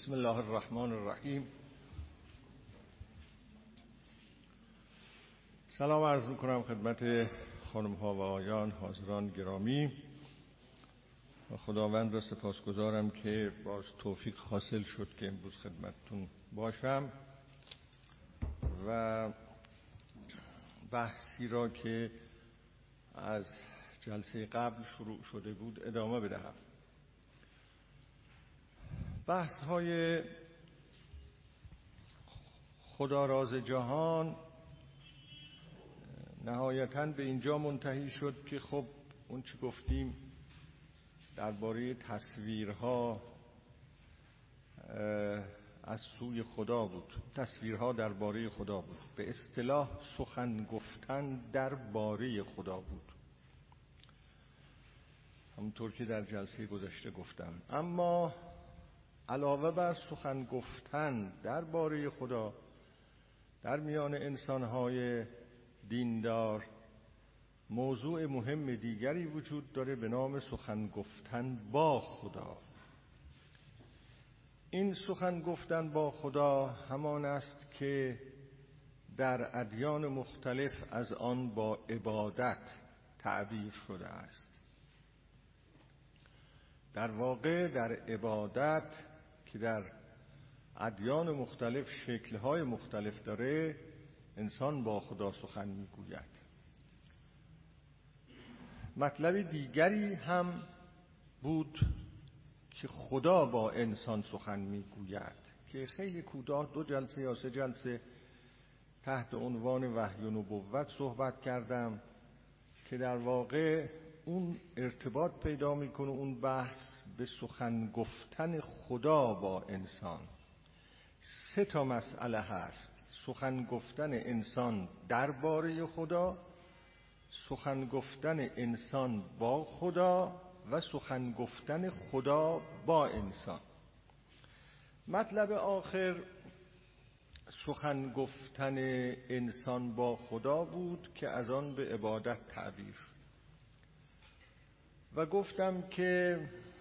بسم الله الرحمن الرحیم. سلام عرض میکنم خدمت خانم ها و آقایان حاضران گرامی و خداوند را سپاسگزارم که باز توفیق حاصل شد که امروز خدمتتون باشم و بحثی را که از جلسه قبل شروع شده بود ادامه بدهم. بحث های خدا راز جهان نهایتاً به اینجا منتهی شد که خب اون چی گفتیم درباره تصویرها از سوی خدا بود، تصویرها درباره خدا بود، به اصطلاح سخن گفتن درباره خدا بود، همونطور که در جلسه گذشته گفتم. اما علاوه بر سخن گفتن درباره خدا در میان انسان‌های دیندار موضوع مهم دیگری وجود داره به نام سخن گفتن با خدا. این سخن گفتن با خدا همان است که در ادیان مختلف از آن با عبادت تعبیر شده است. در واقع در عبادت که در ادیان مختلف شکل‌های مختلف داره، انسان با خدا سخن میگوید. مطلب دیگری هم بود که خدا با انسان سخن میگوید که خیلی کوتاه 2 جلسه یا 3 جلسه تحت عنوان وحی و نبوت صحبت کردم که در واقع اون ارتباط پیدا میکنه اون بحث به سخن گفتن خدا با انسان. 3 مسئله هست: سخن گفتن انسان درباره خدا، سخن گفتن انسان با خدا و سخن گفتن خدا با انسان. مطلب آخر سخن گفتن انسان با خدا بود که از آن به عبادت تعبیر شد و گفتم که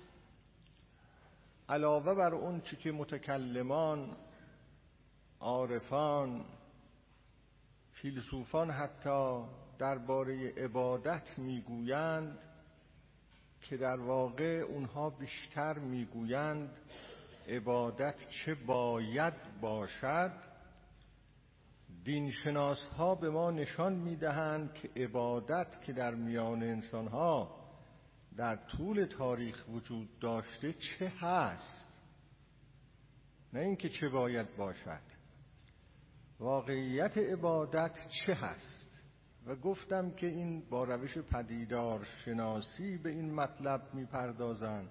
علاوه بر اون چی که متکلمان، عارفان، فیلسوفان حتی درباره عبادت میگویند که در واقع اونها بیشتر میگویند عبادت چه باید باشد، دینشناس ها به ما نشان میدهند که عبادت که در میان انسان ها در طول تاریخ وجود داشته چه هست، نه اینکه چه باید باشد، واقعیت عبادت چه هست. و گفتم که این با روش پدیدار شناسی به این مطلب میپردازند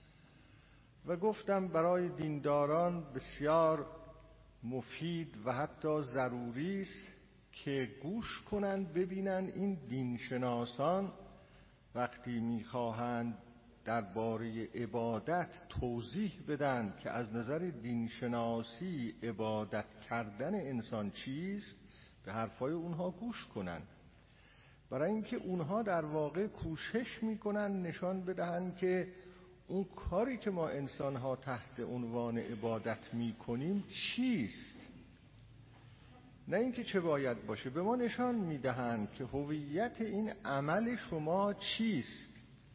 و گفتم برای دینداران بسیار مفید و حتی ضروری است که گوش کنند ببینند این دینشناسان وقتی میخواهند درباره عبادت توضیح بدن که از نظر دینشناسی عبادت کردن انسان چیست، به حرفای اونها گوش کنن، برای اینکه اونها در واقع کوشش میکنن نشان بدهن که اون کاری که ما انسانها تحت عنوان عبادت میکنیم چیست، نه اینکه چه باید باشه. به ما نشان میدهند که هویت این عمل شما چیست.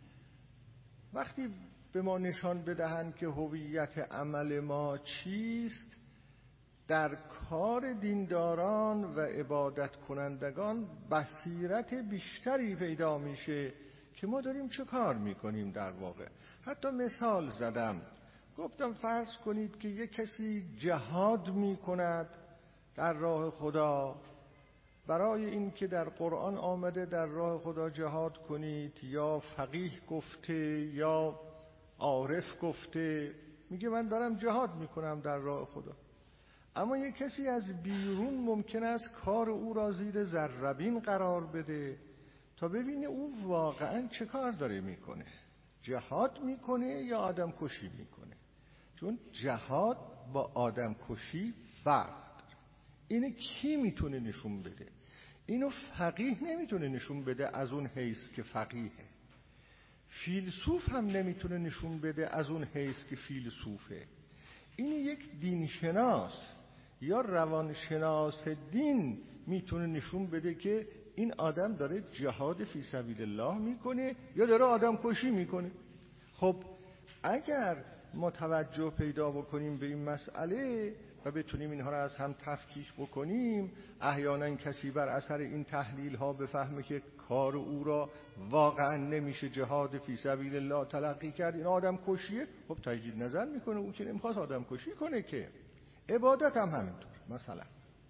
وقتی به ما نشان بدهند که هویت عمل ما چیست، در کار دینداران و عبادت کنندگان بصیرت بیشتری پیدا میشه که ما داریم چه کار میکنیم. در واقع حتی مثال زدم، گفتم فرض کنید که یک کسی جهاد میکند در راه خدا، برای این که در قرآن آمده در راه خدا جهاد کنید، یا فقیه گفته یا عارف گفته، میگه من دارم جهاد میکنم در راه خدا. اما یک کسی از بیرون ممکن است کار او را زیر ذره‌بین قرار بده تا ببینه او واقعا چه کار داره میکنه، جهاد میکنه یا آدم کشی میکنه. چون جهاد با آدم کشی فرق داره. اینه کی میتونه نشون بده؟ اینو فقیه نمیتونه نشون بده از اون حیث که فقیهه، فیلسوف هم نمیتونه نشون بده از اون حیث که فیلسوفه. این یک دینشناس یا روانشناس دین میتونه نشون بده که این آدم داره جهاد فی سبیل الله میکنه یا داره آدم کشی میکنه. خب اگر ما توجه پیدا بکنیم به این مسئله و بتونیم اینها را از هم تفکیک بکنیم، احیانا کسی بر اثر این تحلیل ها بفهمه که کار او را واقعا نمیشه جهاد فی سبیل الله تلقی کرد، این آدم کشیه، خب تجدید نظر میکنه، او که نمیخواست آدم کشی کنه که. عبادت هم همینطور. مثلا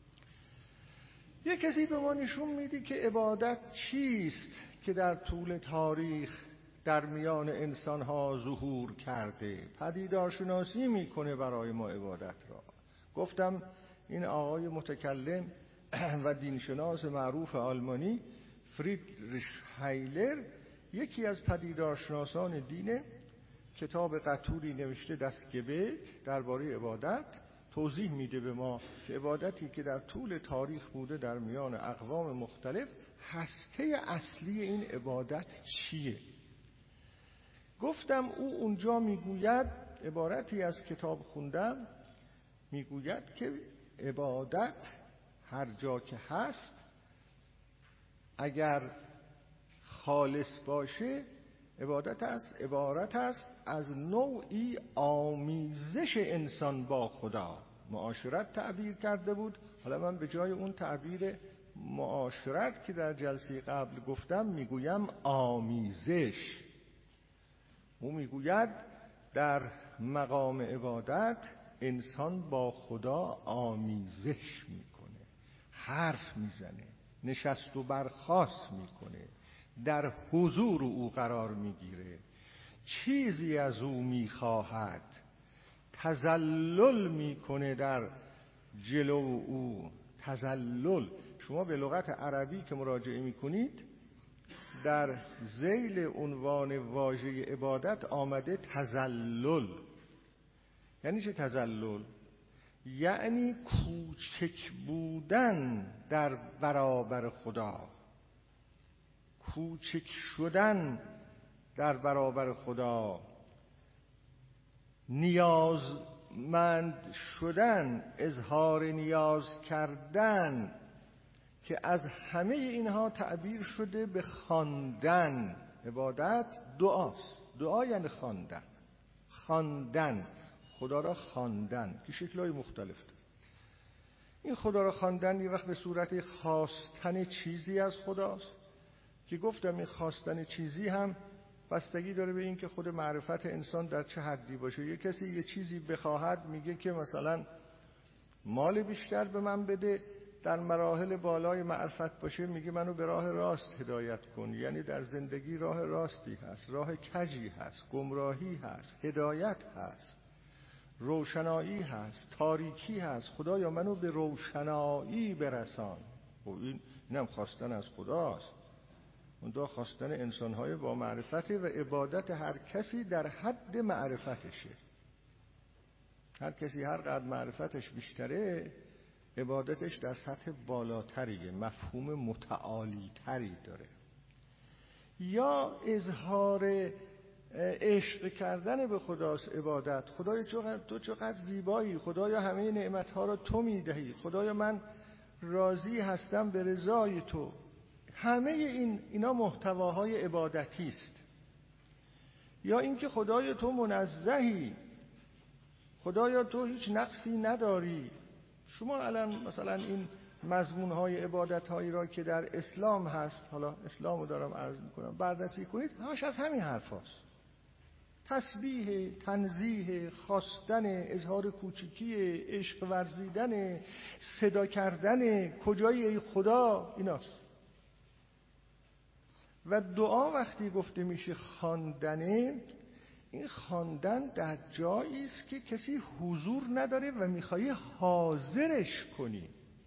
یک کسی به ما نشون میده که عبادت چیست که در طول تاریخ در میان انسانها ظهور کرده، پدیدارشناسی میکنه برای ما عبادت را. گفتم این آقای متکلم و دینشناس معروف آلمانی فریدریش هایلر یکی از پدیدارشناسان دینه، کتاب قطوری نوشته دستگبت درباره عبادت، توضیح میده به ما که عبادتی که در طول تاریخ بوده در میان اقوام مختلف، هسته اصلی این عبادت چیه. گفتم او اونجا میگوید، عبارتی از کتاب خوندم، میگوید که عبادت هر جا که هست اگر خالص باشه، عبارت است از نوعی آمیزش انسان با خدا. معاشرت تعبیر کرده بود، حالا من به جای اون تعبیر معاشرت که در جلسه قبل گفتم میگویم آمیزش. او میگوید در مقام عبادت انسان با خدا آمیزش میکنه، حرف میزنه، نشست و برخاست میکنه، در حضور او قرار میگیره، چیزی از او میخواهد، تذلل میکنه در جلو او. تذلل، شما به لغت عربی که مراجعه میکنید در ذیل عنوان واژه عبادت آمده تذلل. یعنی چه تذلل؟ یعنی کوچک بودن در برابر خدا، کوچک شدن در برابر خدا، نیازمند شدن، اظهار نیاز کردن، که از همه اینها تعبیر شده به خواندن. عبادت دعاست. دعا یعنی خواندن. خواندن، خدا را خواندن که شکل‌های مختلف داره. این خدا را خواندن یه وقت به صورت خواستن چیزی از خداست که گفتم این خواستن چیزی هم بستگی داره به این که خود معرفت انسان در چه حدی باشه. یه کسی یه چیزی بخواهد، میگه که مثلا مال بیشتر به من بده، در مراحل بالای معرفت باشه میگه منو به راه راست هدایت کن. یعنی در زندگی راه راستی هست، راه کجی هست، گمراهی هست، هدایت هست، روشنایی هست، تاریکی هست. خدایا منو به روشنایی برسان. و اینم خواستن از خداست. اون دو خواستن انسان‌های با معرفته و عبادت هر کسی در حد معرفتشه. هر کسی هر قدر معرفتش بیشتره، عبادتش در سطح بالاتریه، مفهوم متعالی تری داره. یا اظهار عشق کردن به خداست عبادت. خدایا تو چقدر زیبایی، خدایا همه نعمتها را تو میدهی، خدایا من راضی هستم به رضای تو. همه اینا محتواهای عبادتی است. یا اینکه خدایا تو منزهی، خدایا تو هیچ نقصی نداری. شما الان مثلا این مضمون‌های عبادت‌هایی را که در اسلام هست، حالا اسلامو دارم عرض می‌کنم، بررسی کنید، همش از همین حرفاست. تسبیح، تنزیه، خواستن، اظهار کوچیکی، عشق ورزیدن، صدا کردن، کجایی ای خدا، ایناست. و دعا وقتی گفته میشه خواندنه، این خواندن در جایی است که کسی حضور نداره و میخوای حاضرش کنی.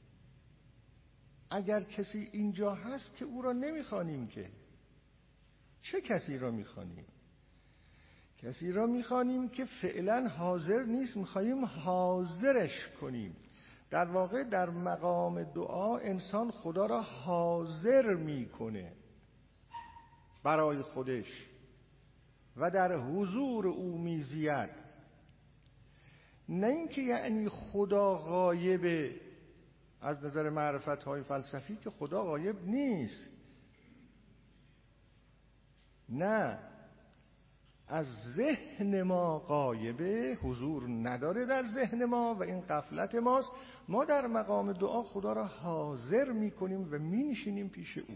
اگر کسی اینجا هست که او را نمیخوانیم که. چه کسی را میخوانیم؟ کسی را میخوانیم که فعلا حاضر نیست، میخواییم حاضرش کنیم. در واقع در مقام دعا انسان خدا را حاضر میکنه برای خودش و در حضور او میزید. نه اینکه یعنی خدا غایبه. از نظر معرفت‌های فلسفی که خدا غایب نیست، نه، از ذهن ما غایبه، حضور نداره در ذهن ما و این غفلت ماست. ما در مقام دعا خدا را حاضر می‌کنیم و می‌نشینیم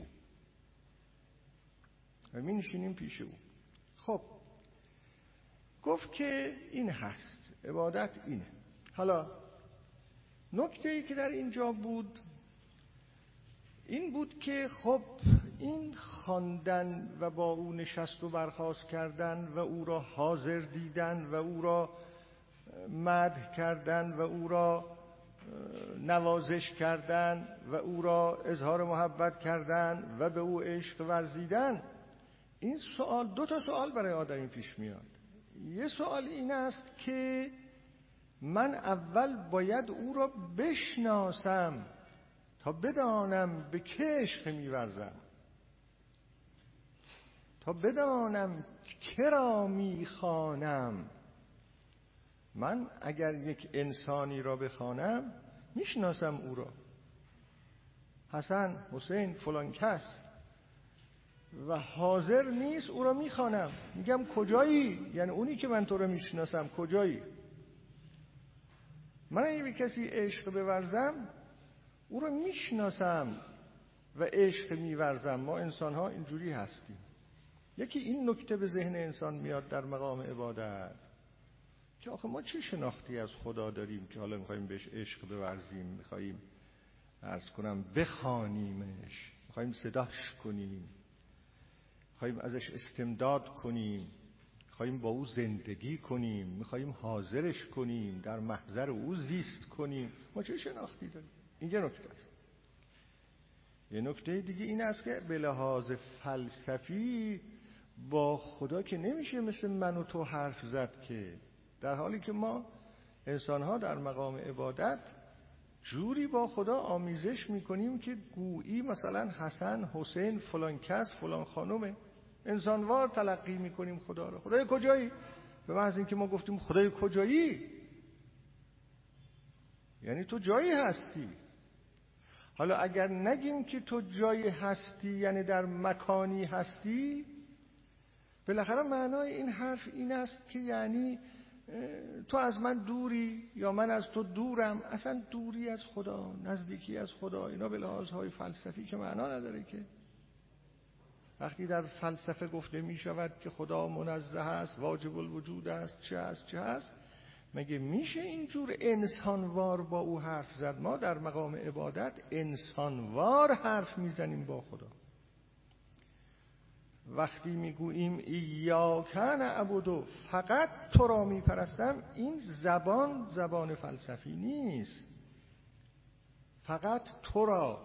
پیش او. خب گفت که این هست، عبادت اینه. حالا نکته‌ای که در اینجا بود این بود که خب این خواندن و با او نشست و برخاست کردن و او را حاضر دیدن و او را مدح کردن و او را نوازش کردن و او را اظهار محبت کردن و به او عشق ورزیدن، این سوال، دو تا سوال برای آدمی پیش میاد. یه سوال این است که من اول باید او را بشناسم تا بدانم به که عشق می‌ورزم، تا بدانم که را می‌خوانم. من اگر یک انسانی را بخوانم میشناسم او را، حسن، حسین، فلان کس، و حاضر نیست او را میخوانم، میگم کجایی؟ یعنی اونی که من تو را میشناسم کجایی؟ من اگه به کسی عشق بورزم او را میشناسم و عشق میورزم. ما انسان ها اینجوری هستیم. یکی این نکته به ذهن انسان میاد در مقام عبادت که آخه ما چه شناختی از خدا داریم که حالا میخوایم بهش عشق بورزیم، میخوایم عرض کنم بخوانیمش، میخوایم صداش کنیم، میخوایم ازش استمداد کنیم، میخوایم با او زندگی کنیم، میخوایم حاضرش کنیم، در محضر او زیست کنیم. ما چه شناختی داریم؟ این یه نکته است. یه نکته دیگه این است که به لحاظ فلسفی با خدا که نمیشه مثل من و تو حرف زد، که در حالی که ما انسان‌ها در مقام عبادت جوری با خدا آمیزش میکنیم که گویی مثلا حسن، حسین، فلان کس، فلان خانومه. انسانوار تلقی میکنیم خدا را. خدای کجایی؟ به محض اینکه ما گفتیم خدای کجایی، یعنی تو جایی هستی. حالا اگر نگیم که تو جایی هستی یعنی در مکانی هستی، بالاخره معنای این حرف این است که یعنی تو از من دوری یا من از تو دورم. اصلا دوری از خدا، نزدیکی از خدا، اینا به لحاظهای فلسفی که معنا نداره. که وقتی در فلسفه گفته می شود که خدا منزه است، واجب الوجود است، چه است، مگه میشه اینجور انسانوار با او حرف زد؟ ما در مقام عبادت انسانوار حرف میزنیم با خدا. وقتی میگوییم ایاک نعبد، فقط تو را میپرستم، این زبان فلسفی نیست. فقط تو را.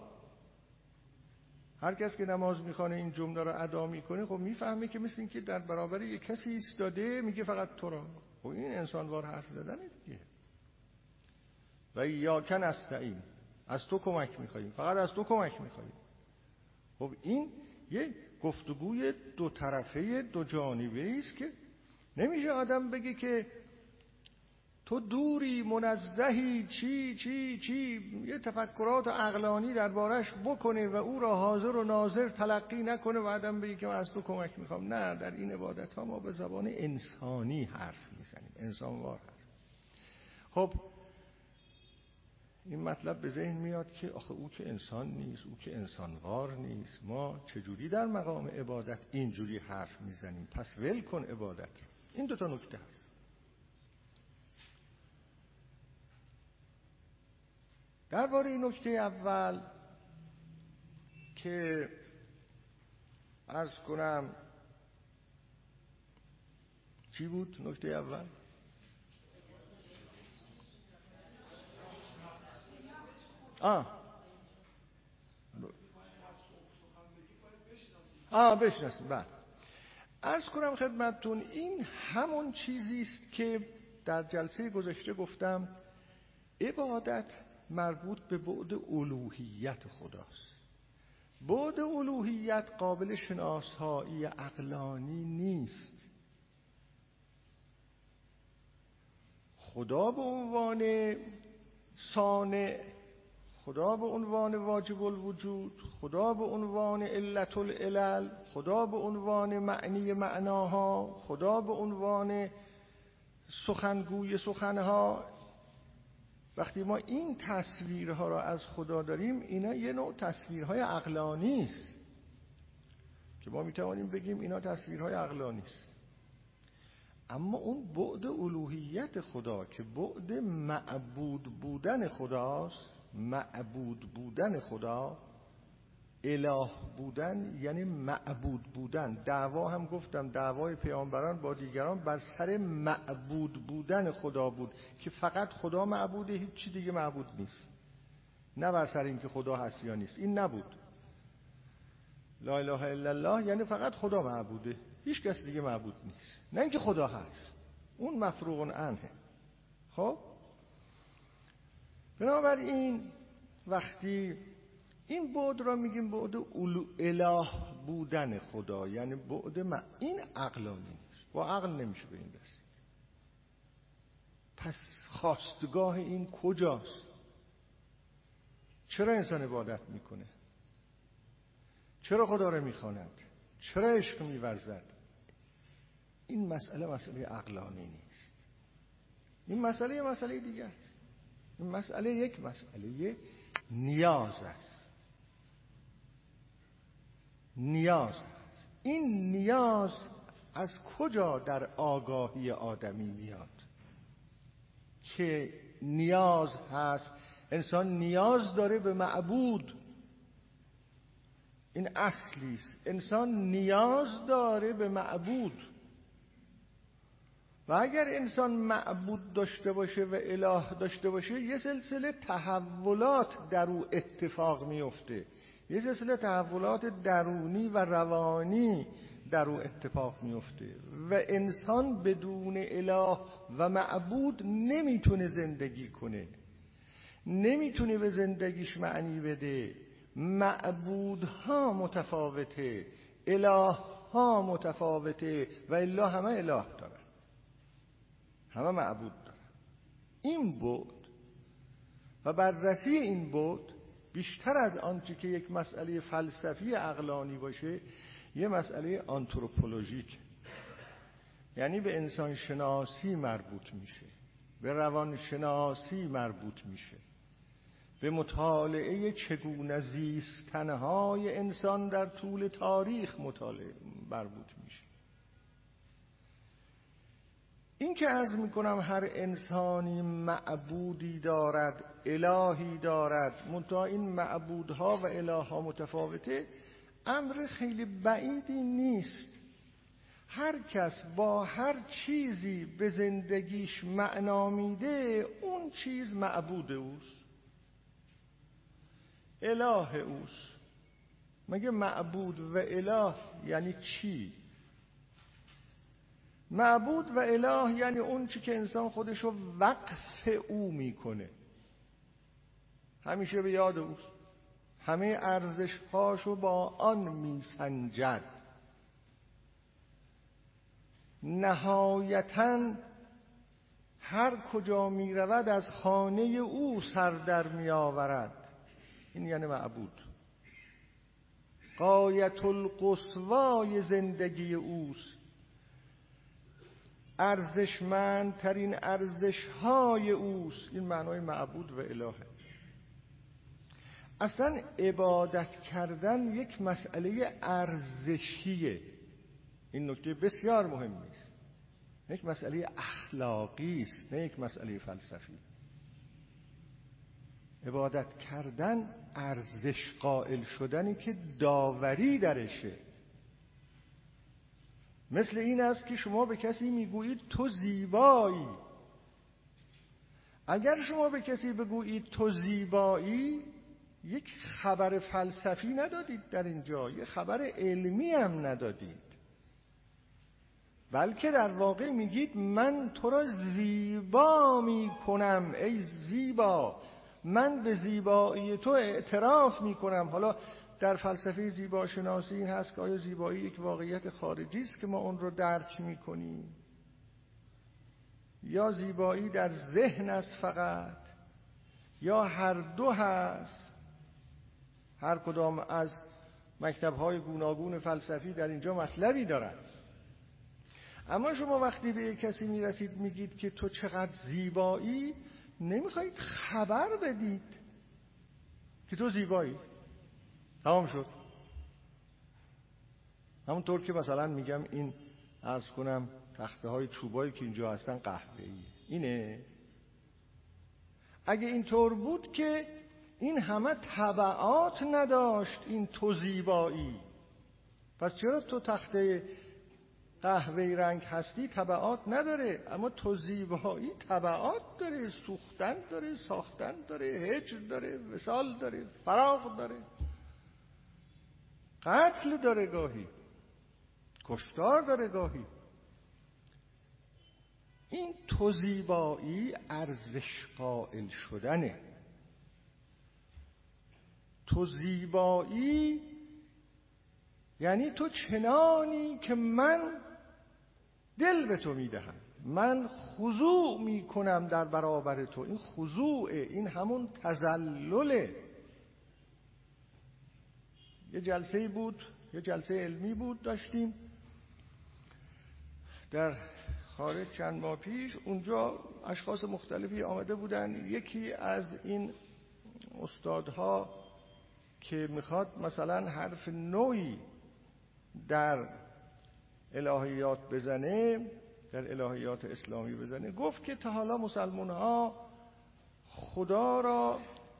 هر کس که نماز میخوانه این جمله را ادا میکنه خب میفهمه که مثل این که در برابر یک کسی ایستاده میگه فقط تو را. خب این انسانوار حرف زدنه دیگه. و ایاک نستعین، از تو کمک میخواییم، فقط از تو کمک میخواییم. خب این یه گفتگوی دو طرفه، دو جانبه است که نمیشه آدم بگه که تو دوری، منزهی، چی یه تفکرات عقلانی دربارش بکنه و او را حاضر و ناظر تلقی نکنه و آدم بگه که من از تو کمک میخوام. نه، در این عبادت ها ما به زبان انسانی حرف میزنیم، انسانوار حرف. خب این مطلب به ذهن میاد که آخه او که انسان نیست، او که انسانوار نیست، ما چجوری در مقام عبادت اینجوری حرف میزنیم؟ پس ول کن عبادت رو. این دو تا نکته هست. درباره این نکته اول که عرض کنم چی بود نکته اول؟ بشناسیم. بعد عرض کنم خدمتتون این همون چیزی است که در جلسه گذشته گفتم. عبادت مربوط به بعد الوهیت خداست. بعد الوهیت قابل شناسایی عقلانی نیست. خدا به عنوان صانع، خدا به عنوان واجب الوجود، خدا به عنوان علت العلل، خدا به عنوان معنی معناها، خدا به عنوان سخنگوی سخنها. وقتی ما این تصویرها را از خدا داریم، اینا یه نوع تصویرهای عقلانی است که ما میتوانیم بگیم اینا تصویرهای عقلانی است. اما اون بعد الوهیت خدا که بعد معبود بودن خداست، معبود بودن خدا، اله بودن یعنی معبود بودن. دعوا هم گفتم، دعوای پیامبران با دیگران بر سر معبود بودن خدا بود که فقط خدا معبوده، هیچ چی دیگه معبود نیست، نه بر سر اینکه خدا هست یا نیست. این نبود. لا اله الا الله یعنی فقط خدا معبوده، هیچ کس دیگه معبود نیست، نه اینکه خدا هست، اون مفروغ عنه. خب بنابراین وقتی این بعد را میگیم بعد اله بودن خدا، یعنی بعد این عقلانی نیست، با عقل نمیشه به این رسید. پس خواستگاه این کجاست؟ چرا انسان عبادت میکنه؟ چرا خدا را میخواند؟ چرا عشق میورزد؟ این مسئله عقلانی نیست. این مسئله دیگه است. این مسئله یک مسئله نیاز است. نیاز است. این نیاز از کجا در آگاهی آدمی میاد که نیاز هست؟ انسان نیاز داره به معبود، این اصلی است. انسان نیاز داره به معبود و اگر انسان معبود داشته باشه و اله داشته باشه، یه سلسله تحولات در او اتفاق میفته، یه سلسله تحولات درونی و روانی در او اتفاق میفته و انسان بدون اله و معبود نمیتونه زندگی کنه، نمیتونه به زندگیش معنی بده. معبودها متفاوته، الهها متفاوته و الا همه اله دارن، همه معبود دارن. این بعد و بررسی این بعد بیشتر از آنچه که یک مسئله فلسفی عقلانی باشه، یه مسئله آنتروپولوژیک، یعنی به انسان شناسی مربوط میشه، به روان شناسی مربوط میشه، به مطالعه چگونه زیستنهای انسان در طول تاریخ مربوط میشه. این که عرض میکنم هر انسانی معبودی دارد، الهی دارد، منتها این معبودها و الهها متفاوته، امر خیلی بعیدی نیست. هر کس با هر چیزی به زندگیش معنا میده، اون چیز معبود اوست، اله اوست. مگه معبود و اله یعنی چی؟ معبود و اله یعنی اون چی که انسان خودشو وقف او میکنه، همیشه به یاد اوست، همه ارزش‌هاشو با آن میسنجد، نهایتاً هر کجا میرود از خانه او سر در میآورد. این یعنی معبود. غایت القصوای زندگی اوست، ارزشمندترین ارزش‌های اوست. این معنای معبود و الهه. اصلا عبادت کردن یک مسئله ارزشیه، این نکته بسیار مهمی است، یک مسئله اخلاقی است، نه یک مسئله فلسفی. عبادت کردن ارزش قائل شدنی که داوری درشه. مثل این است که شما به کسی میگویید تو زیبایی. اگر شما به کسی بگویید تو زیبایی، یک خبر فلسفی ندادید در اینجا، یک خبر علمی هم ندادید، بلکه در واقع میگید من تو را زیبا میکنم ای زیبا، من به زیبایی تو اعتراف میکنم. حالا در فلسفه زیباشناسی این هست که آیا زیبایی یک واقعیت خارجی است که ما اون رو درک میکنیم؟ یا زیبایی در ذهن است فقط، یا هر دو هست. هر کدام از مکتب‌های گوناگون فلسفی در اینجا مطلبی دارن. اما شما وقتی به یک کسی میرسید میگید که تو چقدر زیبایی، نمیخواید خبر بدید که تو زیبایی. تمام شد. همونطور که مثلا میگم این عرض کنم تخته های چوبایی که اینجا هستن قهوه‌ای اینه. اگه اینطور بود که این همه تبعات نداشت این تو زیبایی، پس چرا تو تخته قهوه‌ای رنگ هستی تبعات نداره؟ اما تو زیبایی تبعات داره، سوختن داره، ساختن داره، هجر داره، وصال داره، فراق داره، قتل داره، گاهی کشتار داره، گاهی. این تو زیبایی ارزش قائل شدنه. تو زیبایی یعنی تو چنانی که من دل به تو میدهم، من خضوع میکنم در برابر تو. این خضوعه، این همون تذلله. یه جلسه بود، یه جلسه علمی بود داشتیم در خارج چند ماه پیش. اونجا اشخاص مختلفی آمده بودن. یکی از این استادها که میخواد مثلا حرف نوعی در الهیات بزنه، در الهیات اسلامی بزنه، گفت که تا حالا مسلمان ها خدا را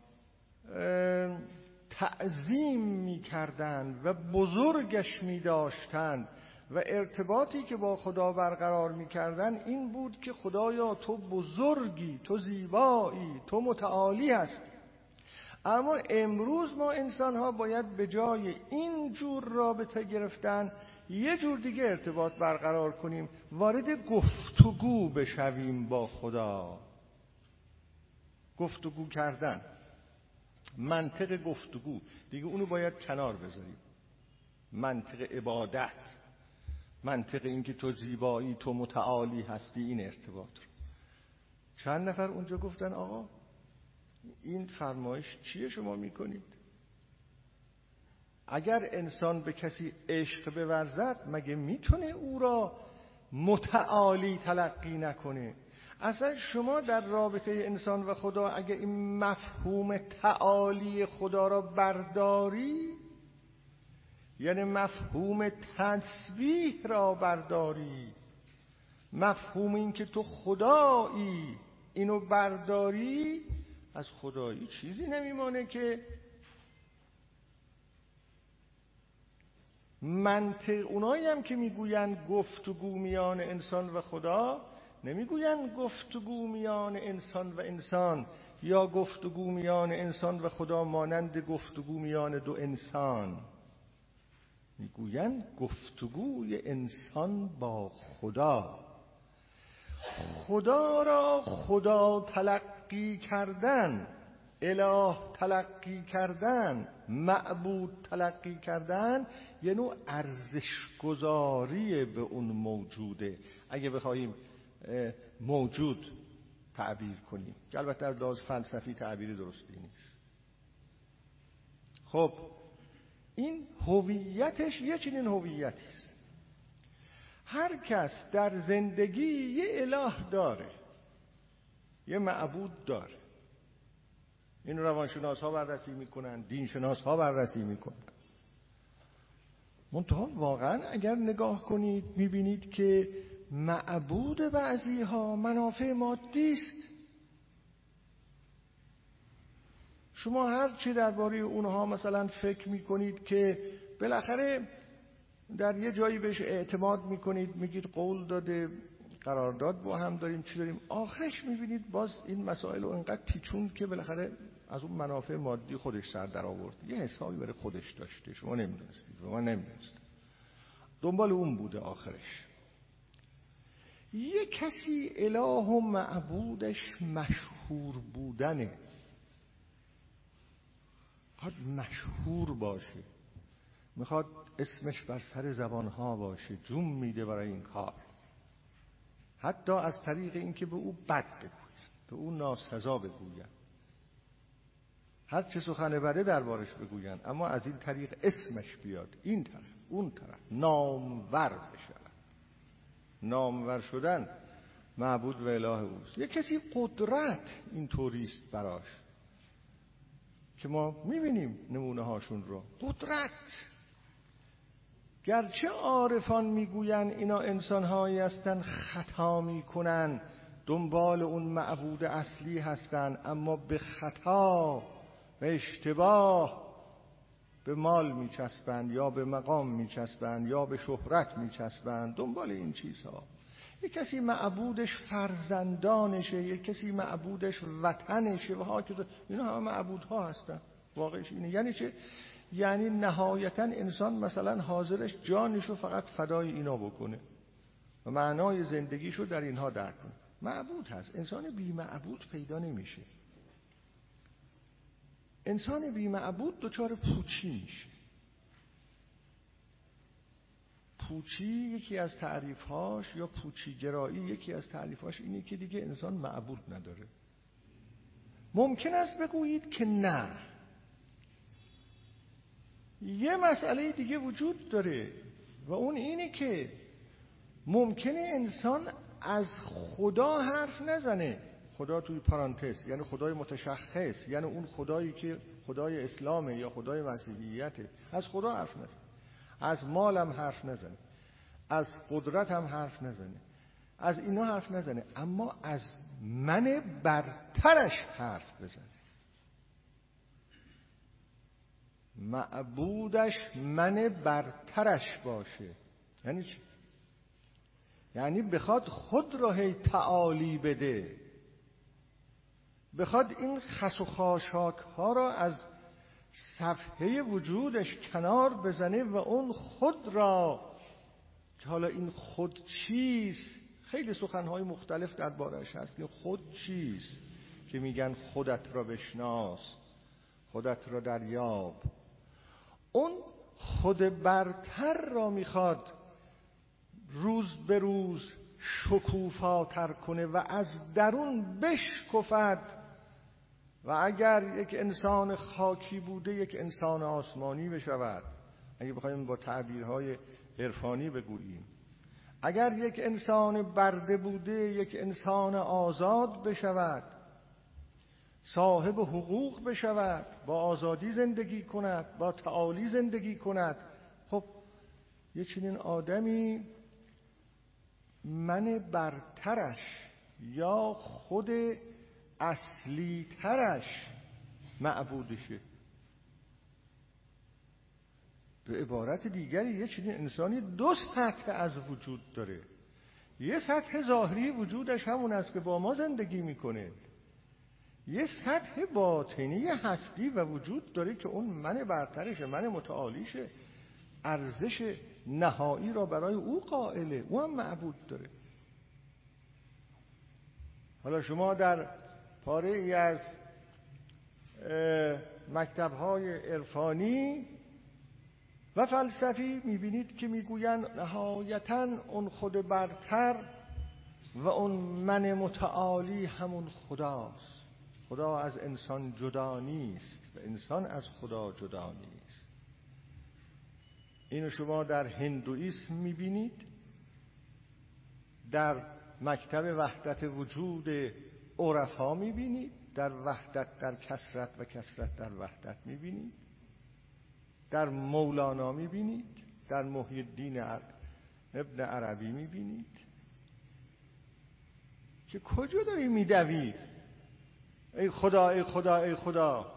تعظیم میکردند و بزرگش میداشتند و ارتباطی که با خدا برقرار میکردن این بود که خدایا تو بزرگی، تو زیبایی، تو متعالی هستی. اما امروز ما انسان ها باید به جای این جور رابطه گرفتن یه جور دیگه ارتباط برقرار کنیم، وارد گفتگو بشویم با خدا. گفتگو کردن، منطق گفتگو دیگه اونو باید کنار بذاریم. منطق عبادت، منطق این که تو زیبایی، تو متعالی هستی، این ارتباط رو. چند نفر اونجا گفتن آقا این فرمایش چیه شما میکنید؟ اگر انسان به کسی عشق بورزد مگه میتونه او را متعالی تلقی نکنه؟ اصلا شما در رابطه انسان و خدا اگه این مفهوم تعالی خدا را برداری، یعنی مفهوم تسبیح را برداری، مفهوم این که تو خدایی اینو برداری، از خدایی چیزی نمیمانه که منطق. اونایی هم که میگوین گفتگو میان انسان و خدا، نمیگوین گفتگو میان انسان و انسان یا گفتگو میان انسان و خدا مانند گفتگو میان دو انسان. میگوین گفتگوی انسان با خدا. خدا را خدا تلقی کردن، اله تلقی کردن، معبود تلقی کردن، یه نوع ارزش گذاری به اون موجوده. اگه بخوایم موجود تعبیر کنیم که البته از لحاظ فلسفی تعبیر درستی نیست. خب این هویتش یه چنین هویتی است. هر کس در زندگی یه اله داره، یه معبود داره. این روانشناس ها بررسی میکنن، دینشناس ها بررسی میکنن. منتها واقعا اگر نگاه کنید میبینید که معبود بعضی ها منافع مادی است. شما هر چی درباره اونها مثلا فکر میکنید که بالاخره در یه جایی بهش اعتماد میکنید، میگید قول داده، قرارداد با هم داریم، چی داریم، آخرش میبینید باز این مسائل رو انقدر پیچون که بالاخره از اون منافع مادی خودش سر در آورد. یه حسابی برای خودش داشته، شما نمیدونستید، شما نمیدونستید، دنبال اون بوده. آخرش یه کسی اله و معبودش مشهور بودنه، میخواد مشهور باشه، میخواد اسمش بر سر زبانها باشه، جون میده برای این کار. حتی از طریق اینکه به او بد بگویند، به او ناسزا بگویند، هر چه سخن بده دربارش بگویند، اما از این طریق اسمش بیاد این طرف اون طرف، نامور بشود. نامور شدن معبود و اله اوست. یک کسی قدرت این طوریست براش که ما میبینیم نمونه هاشون رو. قدرت، گرچه عارفان میگوین اینا انسانهایی هستن خطا میکنن، دنبال اون معبود اصلی هستن، اما به خطا، به اشتباه به مال میچسبند یا به مقام میچسبند یا به شهرت میچسبند، دنبال این چیزها. یک کسی معبودش فرزندانشه، یک کسی معبودش وطنشه و ها، اینا همه معبودها هستن. واقعش اینه. یعنی چه؟ یعنی نهایتا انسان مثلا حاضرش جانشو فقط فدای اینا بکنه و معنای زندگیشو در اینها درک کنه. معبود هست. انسان بی معبود پیدا نمیشه. انسان بی معبود دچار پوچی میشه. پوچی یکی از تعریفهاش، یا پوچی گرایی یکی از تعریفهاش اینه که دیگه انسان معبود نداره. ممکن است بگویید که نه، یه مسئله دیگه وجود داره و اون اینه که ممکنه انسان از خدا حرف نزنه. خدا توی پرانتز یعنی خدای متشخص، یعنی اون خدایی که خدای اسلامه یا خدای مسیحیته. از خدا حرف نزنه، از مالم حرف نزنه، از قدرتم حرف نزنه، از اینا حرف نزنه، اما از من برترش حرف بزنه. معبودش من برترش باشه. یعنی چی؟ یعنی بخواد خود را هی تعالی بده، بخواد این خس و خاشاک ها را از صفحه وجودش کنار بزنه و اون خود را که حالا این خود چیست، خیلی سخنهای مختلف دربارش هست که خود چیست، که میگن خودت را بشناس، خودت را دریاب. اون خود برتر را میخواد روز به روز شکوفاتر کنه و از درون بشکفد و اگر یک انسان خاکی بوده یک انسان آسمانی بشود، اگه بخوایم با تعبیرهای عرفانی بگوییم. اگر یک انسان برده بوده یک انسان آزاد بشود، صاحب حقوق بشود، با آزادی زندگی کند، با تعالی زندگی کند. خب یه چنین آدمی من برترش یا خود اصلی ترش معبودشه. به عبارت دیگری یه چنین انسانی دو سطح از وجود داره. یه سطح ظاهری وجودش همون است که با ما زندگی میکنه، یه سطح باطنی هستی و وجود داره که اون من برترشه، من متعالیشه، ارزش نهایی را برای او قائله، او هم معبود داره. حالا شما در پاره ای از مکتب‌های عرفانی و فلسفی می‌بینید که میگویند نهایتاً اون خود برتر و اون من متعالی همون خداست. خدا از انسان جدا نیست و انسان از خدا جدا نیست. اینو شما در هندوئیسم می‌بینید، در مکتب وحدت وجود عرفا می‌بینید، در وحدت در کثرت و کثرت در وحدت می‌بینید، در مولانا می‌بینید، در محی الدین ابن عربی می‌بینید. که کجا داری می‌دوی؟ ای خدا ای خدا ای خدا،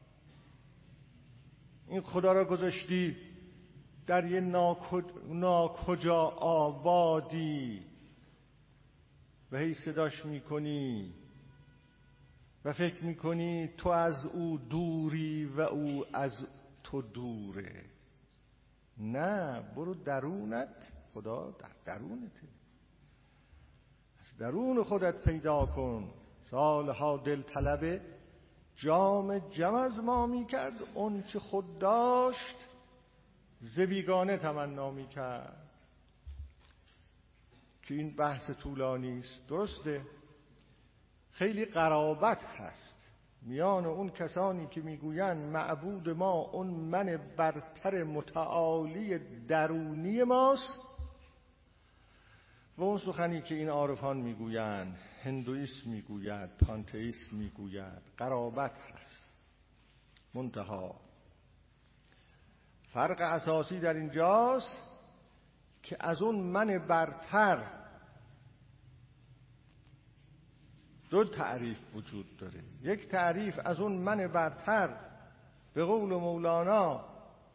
این خدا را گذاشتی در یه ناکجا آبادی و هی صداش میکنی و فکر میکنی تو از او دوری و او از تو دوره. نه، برو درونت، خدا در درونته، از درون خودت پیدا کن. سالها دل طلب جام جم از ما میکرد، اون چه خود داشت ز بیگانه تمنا میکرد. که این بحث طولانی است. درسته خیلی قرابت هست میان اون کسانی که میگویند معبود ما اون من برتر متعالی درونی ماست و اون سخنی که این عارفان میگویند، هندویسم میگوید، پانتئیسم میگوید. قرابت هست. منتها فرق اساسی در اینجاست که از اون من برتر دو تعریف وجود داره. یک تعریف از اون من برتر به قول مولانا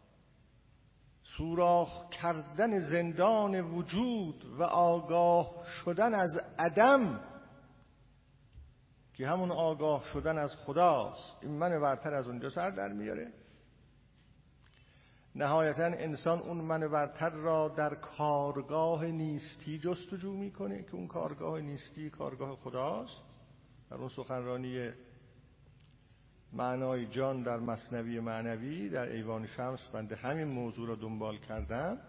سوراخ کردن زندان وجود و آگاه شدن از عدم، که همون آگاه شدن از خداست. این من برتر از اونجا سر در میاره. نهایتا انسان اون من برتر را در کارگاه نیستی جستجو میکنه که اون کارگاه نیستی کارگاه خداست. در اون سخنرانی معنای جان در مثنوی معنوی در ایوان شمس بنده همین موضوع را دنبال کردم.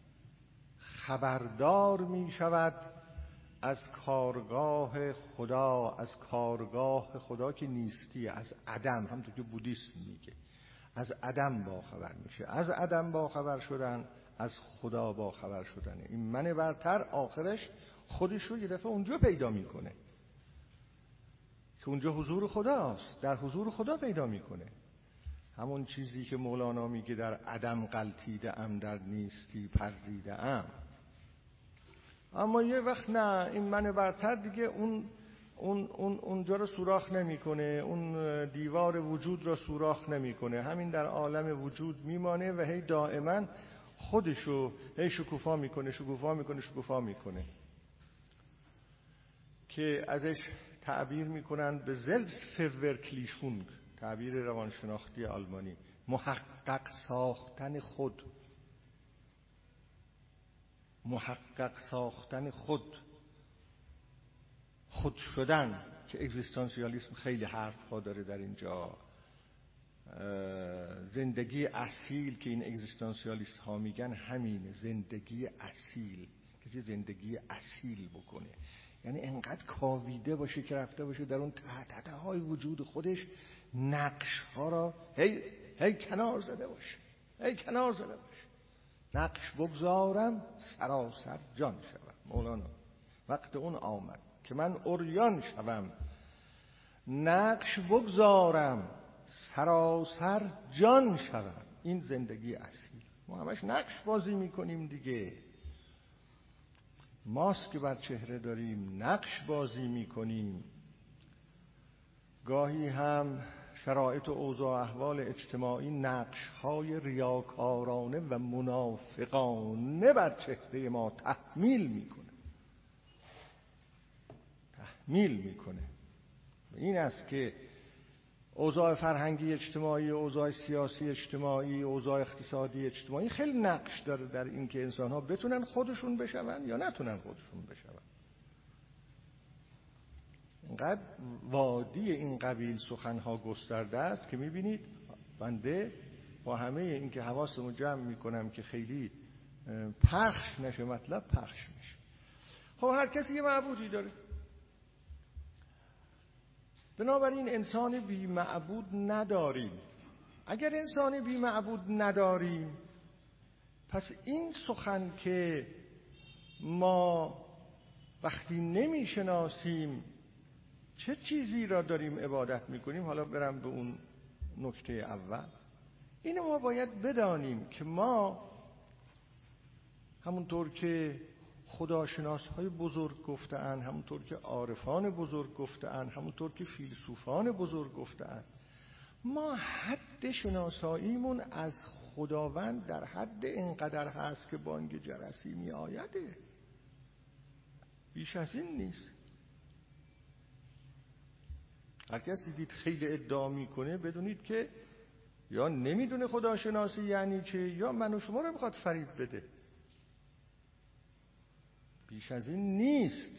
خبردار می شود از کارگاه خدا، از کارگاه خدا که نیستی، از عدم. همونطور که بودیسم میگه از عدم باخبر میشه. از عدم باخبر شدن از خدا باخبر شدن. این من برتر آخرش خودش رو یه دفعه اونجا پیدا میکنه که اونجا حضور خداست. در حضور خدا پیدا میکنه. همون چیزی که مولانا میگه در عدم غلطیده ام در نیستی پریده ام. اما یه وقت نه، این من برتر دیگه اونجا رو سوراخ نمیکنه، اون دیوار وجود رو سوراخ نمیکنه. همین در عالم وجود میمانه و هی دائما خودشو هی شکوفا میکنه که ازش تعبیر میکنن به زلفورکلیشونگ، تعبیر روانشناختی آلمانی، محقق ساختن خود. محقق ساختن خود شدن که اگزیستانسیالیسم خیلی حرف ها داره در اینجا. زندگی اصیل که این اگزیستانسیالیست ها میگن همینه، زندگی اصیل. کسی زندگی اصیل بکنه یعنی انقدر کاویده باشه که رفته باشه در اون تحت های وجود خودش نقش ها را هی کنار زده باشه. نقش بگذارم سراسر جان شوم. مولانا وقت اون آمد که من عریان شوم، نقش بگذارم سراسر جان شوم. این زندگی اصیل. ما همش نقش بازی میکنیم دیگه. ماسک بر چهره داریم، نقش بازی میکنیم. گاهی هم شرایط و اوضاع احوال اجتماعی نقش‌های ریاکارانه و منافقانه بر چهره ما تحمیل میکنه. این است که اوضاع فرهنگی اجتماعی، اوضاع سیاسی اجتماعی، اوضاع اقتصادی اجتماعی خیلی نقش داره در این که انسان‌ها بتونن خودشون بشون یا نتونن خودشون بشون. اینقدر وادی این قبیل سخنها گسترده است که میبینید بنده با همه این که حواسمو جمع میکنم که خیلی پخش نشه مطلب، پخش میشه. خب هر کسی یه معبودی داره. بنابراین انسان بی معبود نداریم. اگر انسان بی معبود نداریم، پس این سخن که ما وقتی نمیشناسیم چه چیزی را داریم عبادت میکنیم، حالا برم به اون نکته اول. اینو ما باید بدانیم که ما همونطور که خداشناس‌های بزرگ گفته‌اند، همونطور که عارفان بزرگ گفته‌اند، همونطور که فیلسوفان بزرگ گفته‌اند، ما حد شناساییمون از خداوند در حد اینقدر هست که بانگ جرسی می آیده. بیش از این نیست. هر کسی دید خیلی ادعا میکنه بدونید که یا نمیدونه خداشناسی یعنی چه، یا من و شما رو میخواد فریب بده. بیش از این نیست.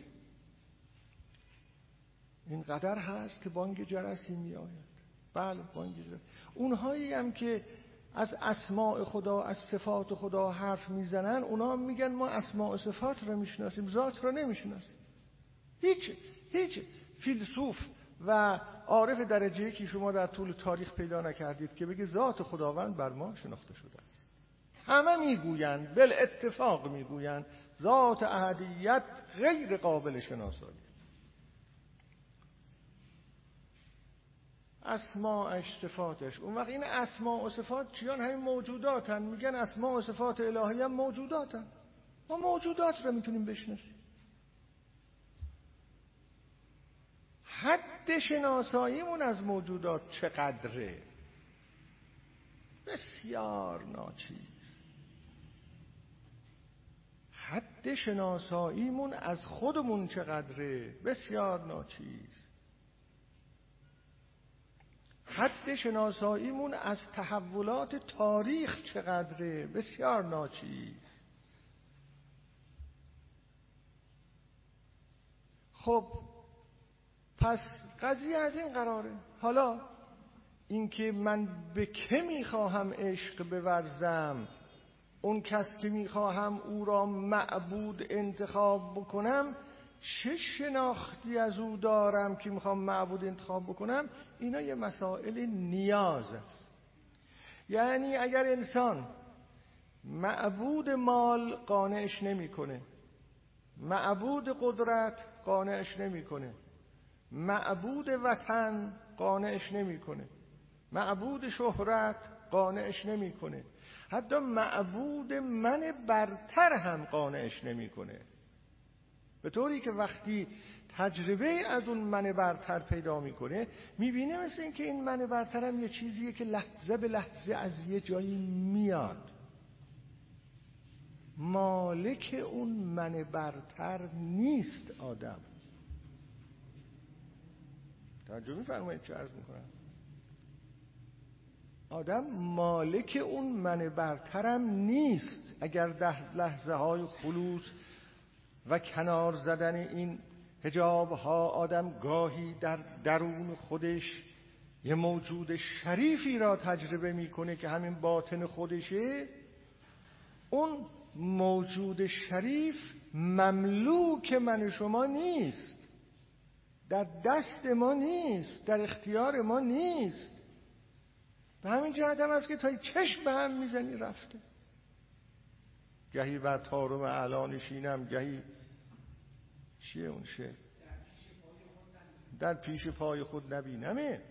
اینقدر هست که بانگ جرسی می آید. بله بانگ جرس. اونهایی هم که از اسماء خدا، از صفات خدا حرف میزنن، اونا میگن ما اسماء و صفات رو میشناسیم، ذات رو نمیشناسیم. هیچ فیلسوف و عارف درجه یکی شما در طول تاریخ پیدا نکردید که بگه ذات خداوند بر ما شناخته شده است. همه میگویند، بالاتفاق میگویند ذات احدیت غیر قابل شناسایی. اسماءش، صفاتش. اون وقت این اسماء و صفات چیان؟ همین موجوداتن. میگن اسماء و صفات الهی هم موجوداتن. ما موجودات رو میتونیم بشناسیم. حد شناساییمون از موجودات چقدره؟ بسیار ناچیز. حد شناساییمون از خودمون چقدره؟ بسیار ناچیز. حد شناساییمون از تحولات تاریخ چقدره؟ بسیار ناچیز. خب پس قضیه از این قراره. حالا اینکه من به که میخواهم عشق بورزم، اون کس که میخواهم او را معبود انتخاب بکنم، چه شناختی از او دارم که میخوام معبود انتخاب بکنم، اینا یه مسائل نیاز است. یعنی اگر انسان معبود مال قانعش نمیکنه، معبود قدرت قانعش نمیکنه، معبود وطن قانعش نمیکنه، معبود شهرت قانعش نمیکنه، حتی معبود من برتر هم قانعش نمیکنه. به طوری که وقتی تجربه از اون من برتر پیدا میکنه، میبینه مثل این که این من برتر هم یه چیزیه که لحظه به لحظه از یه جایی میاد. مالک اون من برتر نیست آدم. توجه میفرمایید چه عرض میکنم؟ آدم مالک اون من برترم نیست. اگر در لحظه های خلوص و کنار زدن این حجاب ها آدم گاهی در درون خودش یه موجود شریفی را تجربه میکنه که همین باطن خودشه، اون موجود شریف مملوک من شما نیست، در دست ما نیست، در اختیار ما نیست. به همین جهت هم است که تا چشم به هم میزنی رفته. گهی بر طارم اعلی نشینم، گهی چیه اون شه در پیش پای خود نبینمه.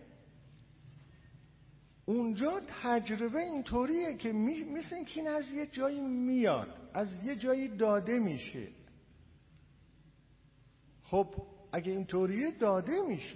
اونجا تجربه اینطوریه که مثل این که این از یه جایی میاد، از یه جایی داده میشه. خب اگه اینطوریه داده میشه،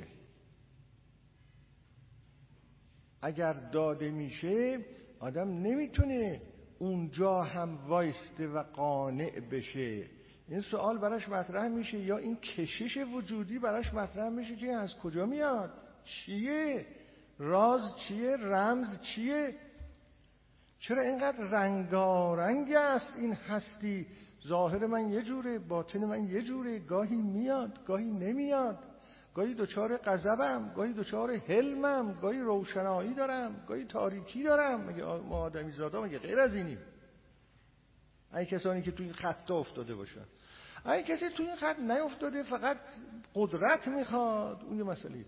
اگر داده میشه آدم نمیتونه اونجا هم وایسته و قانع بشه. این سوال براش مطرح میشه، یا این کشش وجودی براش مطرح میشه که از کجا میاد، چیه، راز چیه، رمز چیه، چرا اینقدر رنگارنگ است این هستی؟ ظاهر من یه جوره، باطن من یه جوره، گاهی میاد گاهی نمیاد، گاهی دچار غضبم، گاهی دچار حلمم، گاهی روشنایی دارم، گاهی تاریکی دارم. مگه ما آدمی زادا مگه غیر از اینیم؟ ای کسانی که تو این خط افتاده باشن. ای کسی تو این خط نیفتاده، فقط قدرت میخواد، اون یه مسئله دیگه.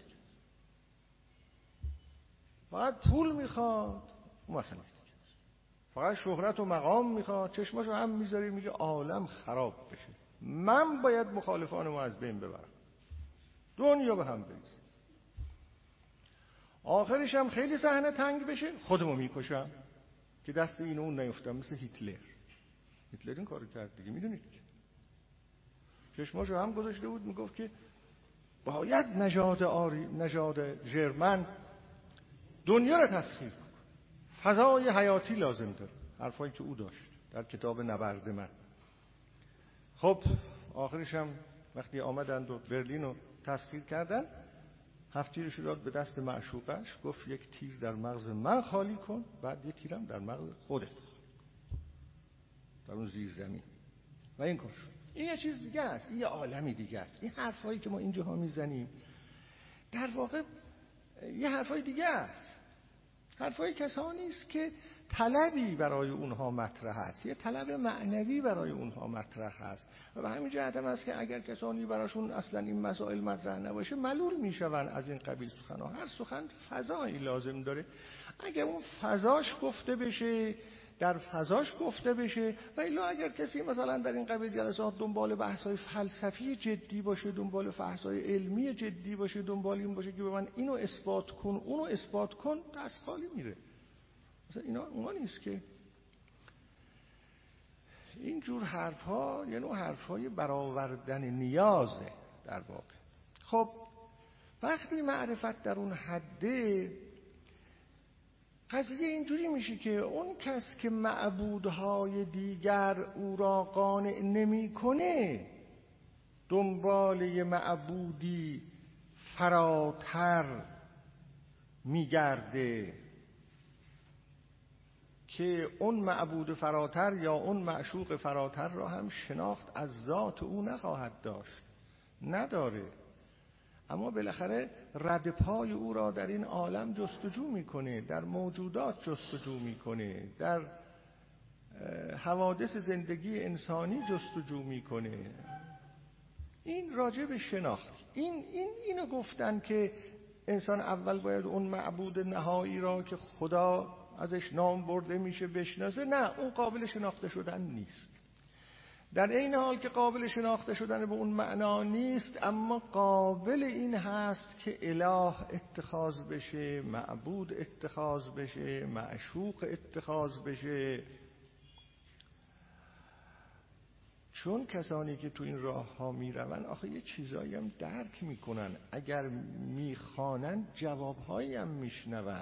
فقط پول میخواد، اون مسئله دیگه. فقط شهرت و مقام میخواد، چشماشو هم میذاری میگه عالم خراب بشه، من باید مخالفان ما از بین ببرم، دنیا به هم بریزه. آخرش هم خیلی صحنه تنگ بشه، خودمو میکشم که دست این اون نیفتم. مثل هیتلر این کارو کرد دیگه، میدونید چشماشو هم گذاشته بود، میگفت که باید نژاد ژرمن دنیا رو تسخیر کن، فضای حیاتی لازم داره. حرفایی که او داشت در کتاب نبرد من. خب آخرش هم وقتی آمدند و برلین رو تسخیر کردن، 7 تیرش داد به دست معشوقش، گفت یک تیر در مغز من خالی کن، بعد یک تیرم در مغز خودت در اون زیر زمین. و این کار شد. این یه چیز دیگه است، این یه عالمی دیگه است. این حرفایی که ما اینجاها میزنیم در واقع یه حرفای دیگه است. حرفای کسانی است که طلبی برای اونها مطرح است، یه طلب معنوی برای اونها مطرح است و به همین جهت هم است که اگر کسانی براشون اصلا این مسائل مطرح نباشه ملول میشون از این قبیل سخنها. هر سخن فضایی لازم داره، اگر اون فضاش گفته بشه، در فضاش گفته بشه، و الا اگر کسی مثلا در این قبیل جلسات دنبال بحث‌های فلسفی جدی باشه، دنبال بحث‌های علمی جدی باشه، دنبال این باشه که به من اینو اثبات کن اونو اثبات کن، دست خالی میره. مثلا اینا اونها نیست که. این جور حرف‌ها یه نوع حرف‌های برآوردن نیازه در واقع. خب وقتی معرفت در اون حده، قضیه اینجوری میشه که اون کس که معبودهای دیگر او را قانع نمی‌کنه، دنبال یه معبودی فراتر میگرده که اون معبود فراتر یا اون معشوق فراتر را هم شناخت از ذات او نخواهد داشت، نداره، اما بالاخره رد پای او را در این عالم جستجو میکنه، در موجودات جستجو میکنه، در حوادث زندگی انسانی جستجو میکنه. این راجع به شناخت. اینو گفتن که انسان اول باید اون معبود نهایی را که خدا ازش نام برده میشه بشناسه. نه، اون قابل شناخته شدن نیست. در این حال که قابل شناخته شدن به اون معنا نیست، اما قابل این هست که اله اتخاذ بشه، معبود اتخاذ بشه، معشوق اتخاذ بشه. چون کسانی که تو این راه ها می روند آخه یه چیزایی هم درک میکنن، اگر میخوانن جوابهایی هم میشنون،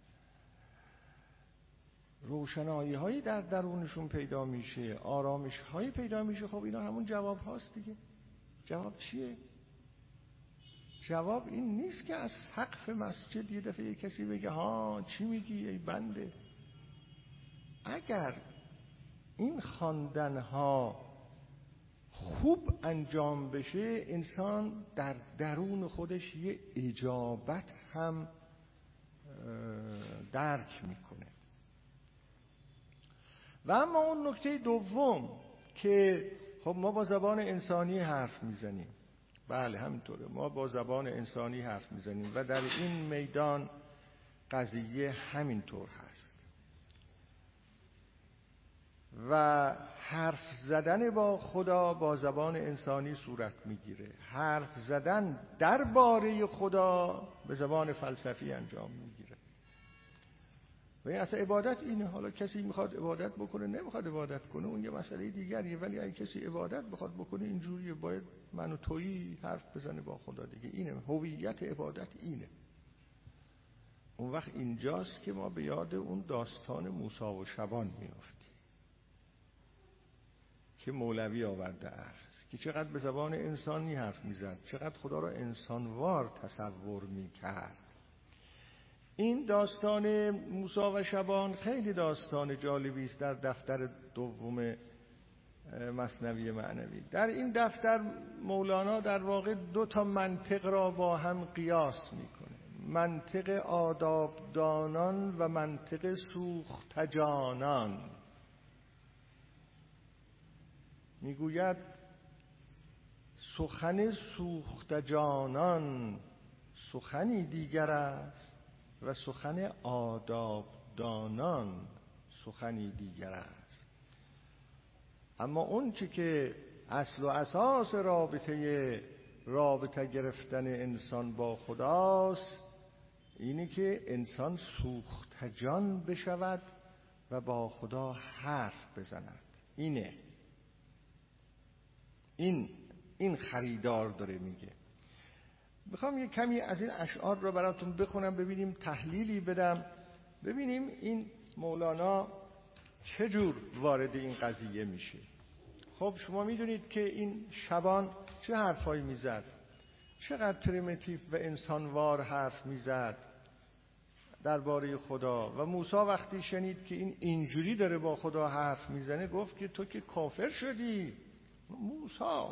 روشنایی هایی در درونشون پیدا میشه، آرامش هایی پیدا میشه. خب اینا همون جواب هاست دیگه. جواب چیه؟ جواب این نیست که از سقف مسجد یه دفعه کسی بگه ها چی میگی ای بنده. اگر این خواندن ها خوب انجام بشه، انسان در درون خودش یه اجابت هم درک میکنه. و اما اون نکته دوم که خب ما با زبان انسانی حرف میزنیم، بله همینطوره، ما با زبان انسانی حرف میزنیم و در این میدان قضیه همینطور هست و حرف زدن با خدا با زبان انسانی صورت میگیره. حرف زدن درباره خدا به زبان فلسفی انجام میگیره. و این اصلا عبادت اینه. حالا کسی میخواد عبادت بکنه نمیخواد عبادت کنه اون یه مسئله دیگریه، ولی اگه کسی عبادت بخواد بکنه اینجوریه، باید من و تویی حرف بزنه با خدا دیگه. اینه هویت عبادت، اینه. اون وقت اینجاست که ما به یاد اون داستان موسی و شبان میافتیم که مولوی آورده است که چقدر به زبان انسانی حرف میزد، چقدر خدا را انسانوار تصور میکرد. این داستان موسی و شبان خیلی داستان جالبی است در دفتر دوم مثنوی معنوی. در این دفتر مولانا در واقع دو تا منطق را با هم قیاس میکنه، منطق آدابدانان و منطق سوختجانان. میگوید سخن سوختجانان سخنی دیگر است و سخن آدابدانان سخنی دیگر است. اما اون چی که اصل و اساس رابطه گرفتن انسان با خداست، اینی که انسان سوختجان بشود و با خدا حرف بزند. اینه، این خریدار داره میگه. میخوام یه کمی از این اشعار رو براتون بخونم، ببینیم تحلیلی بدم، ببینیم این مولانا چجور وارد این قضیه میشه. خب شما میدونید که این شبان چه حرفایی میزد، چقدر پریمیتیو و انسانوار حرف میزد درباره خدا. و موسی وقتی شنید که این اینجوری داره با خدا حرف میزنه گفت که تو که کافر شدی موسی.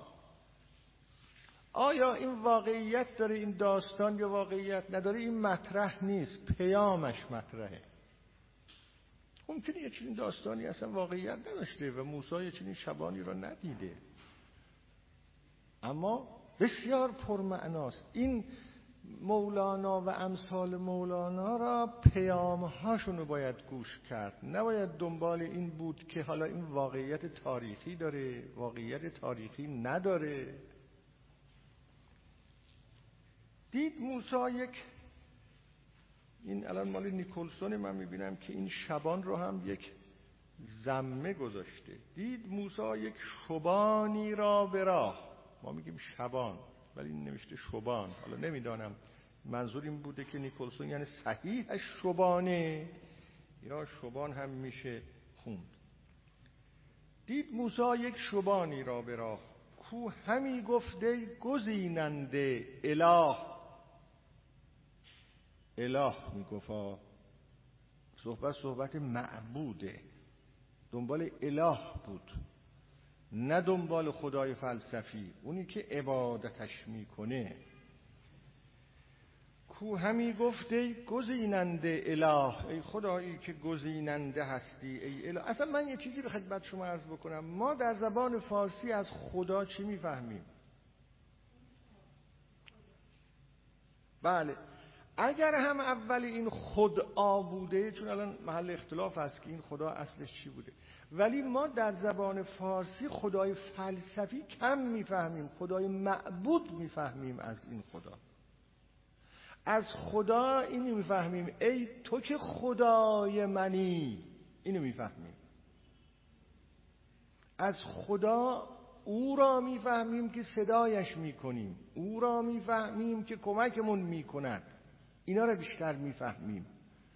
آیا این واقعیت داره این داستان یا واقعیت نداره؟ این مطرح نیست، پیامش مطرحه. ممکنه یه چنین داستانی اصلا واقعیت نداشته و موسی یه چنین شبانی را ندیده، اما بسیار پرمعناست. این مولانا و امثال مولانا را پیام‌هاشون رو باید گوش کرد، نباید دنبال این بود که حالا این واقعیت تاریخی داره، واقعیت تاریخی نداره. دید موسی یک، این الان مال نیکلسون من میبینم که این شبان رو هم یک ضمه گذاشته. دید موسی یک شبانی را به راه، ما میگیم شبان ولی این نوشته شبان، حالا نمیدانم منظور این بوده که نیکلسون یعنی صحیح شبانه یا شبان هم میشه خوند. دید موسی یک شبانی را به راه، کو همی گفته گزیننده اله. اله میگفت، صحبت معبوده، دنبال اله بود، نه دنبال خدای فلسفی، اونی که عبادتش میکنه. کو همی گفته گزیننده اله، ای خدایی که گزیننده هستی ای اله. اصلا من یه چیزی به خدمت شما عرض بکنم، ما در زبان فارسی از خدا چی میفهمیم؟ بله، اگر هم اول این خدا بوده، چون الان محل اختلاف هست که این خدا اصلش چی بوده، ولی ما در زبان فارسی خدای فلسفی کم میفهمیم، خدای معبود میفهمیم. از این خدا، از خدا اینو میفهمیم ای تو که خدای منی، اینو میفهمیم. از خدا او را میفهمیم که صدایش میکنیم، او را میفهمیم که کمکمون میکند، اینا را بیشتر میفهمیم.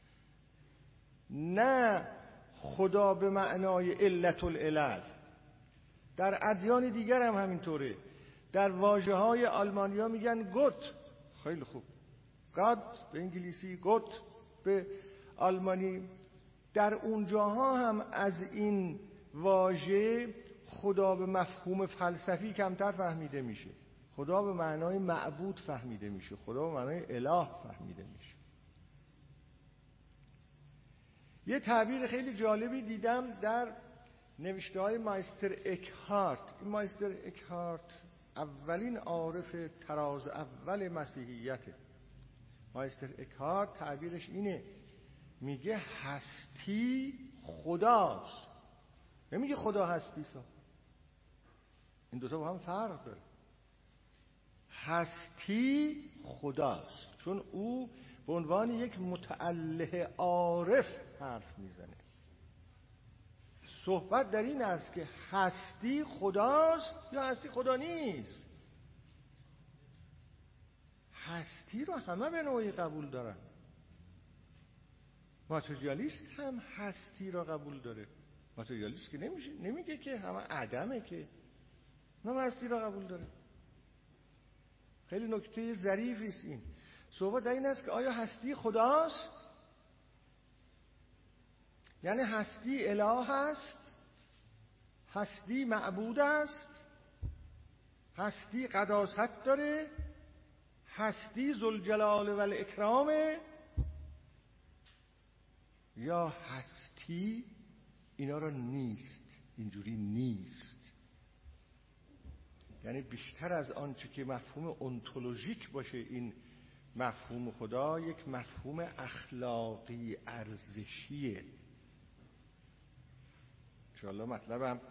نه خدا به معنای علت العلل. در ادیان دیگر هم همینطوره. در واژه‌های آلمانیا میگن گوت، خیلی خوب، گاد به انگلیسی، گوت به آلمانی. در اونجاها هم از این واژه خدا به مفهوم فلسفی کمتر فهمیده میشه، خدا به معنای معبود فهمیده میشه، خدا به معنای اله فهمیده میشه. یه تعبیر خیلی جالبی دیدم در نوشته های مایستر اکهارت. این مایستر اکهارت اولین عارف طراز اول مسیحیته. مایستر اکهارت تعبیرش اینه، میگه هستی خداست، نمیگه خدا هستی سا. این دوتا با هم فرق داره. هستی خداست، چون او به عنوان یک متأله عارف حرف میزنه. صحبت در این است که هستی خداست یا هستی خدا نیست. هستی رو همه به نوعی قبول دارن. ماتریالیست هم هستی رو قبول داره. ماتریالیست که نمیگه که همه عدمه، که نه، هستی رو قبول داره. خیلی نکته ظریفی است این. صحبت در این است که آیا هستی خداست؟ یعنی هستی اله است؟ هستی معبود است؟ هستی قداست داره؟ هستی ذوالجلال و الاکرامه؟ یا هستی اینا را نیست، اینجوری نیست؟ یعنی بیشتر از آنچه که مفهوم انتولوژیک باشه این مفهوم خدا، یک مفهوم اخلاقی ارزشیه. انشاءالله مطلبم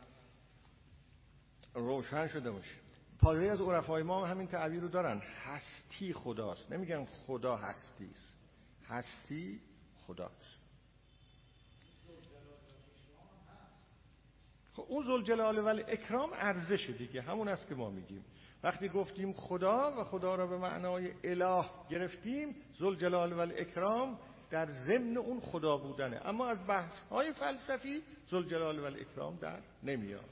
روشن شده باشه. پایه‌ای از عرفای ما همین تعبیر رو دارن، هستی خداست، نمیگن خدا هستی است، هستی خداست. خب اون ذوالجلال و الاکرام ارزشه دیگه، همون است که ما میگیم. وقتی گفتیم خدا و خدا را به معنای اله گرفتیم، ذوالجلال و الاکرام در ضمن اون خدا بودنه، اما از بحث‌های فلسفی ذوالجلال و الاکرام در نمیاد.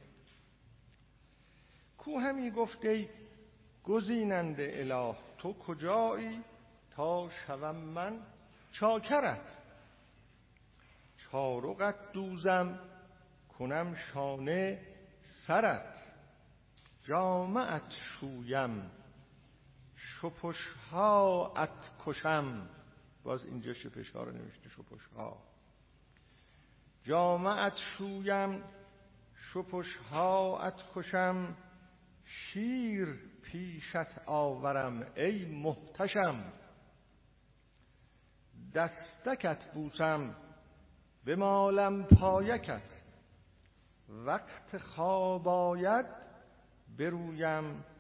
کو همی گفته گزیننده اله، تو کجایی تا شوم من چاکرت. چارقت دوزم کنم شانه سرت. جامعت شویم شپشهاات کشم. باز اینجا شپشها رو نوشته شپشها. جامه ات شویم شپشهاات کشم شیر پیشت آورم ای محتشم دستکت بوسم بمالم پایکت وقت خواب آید برویم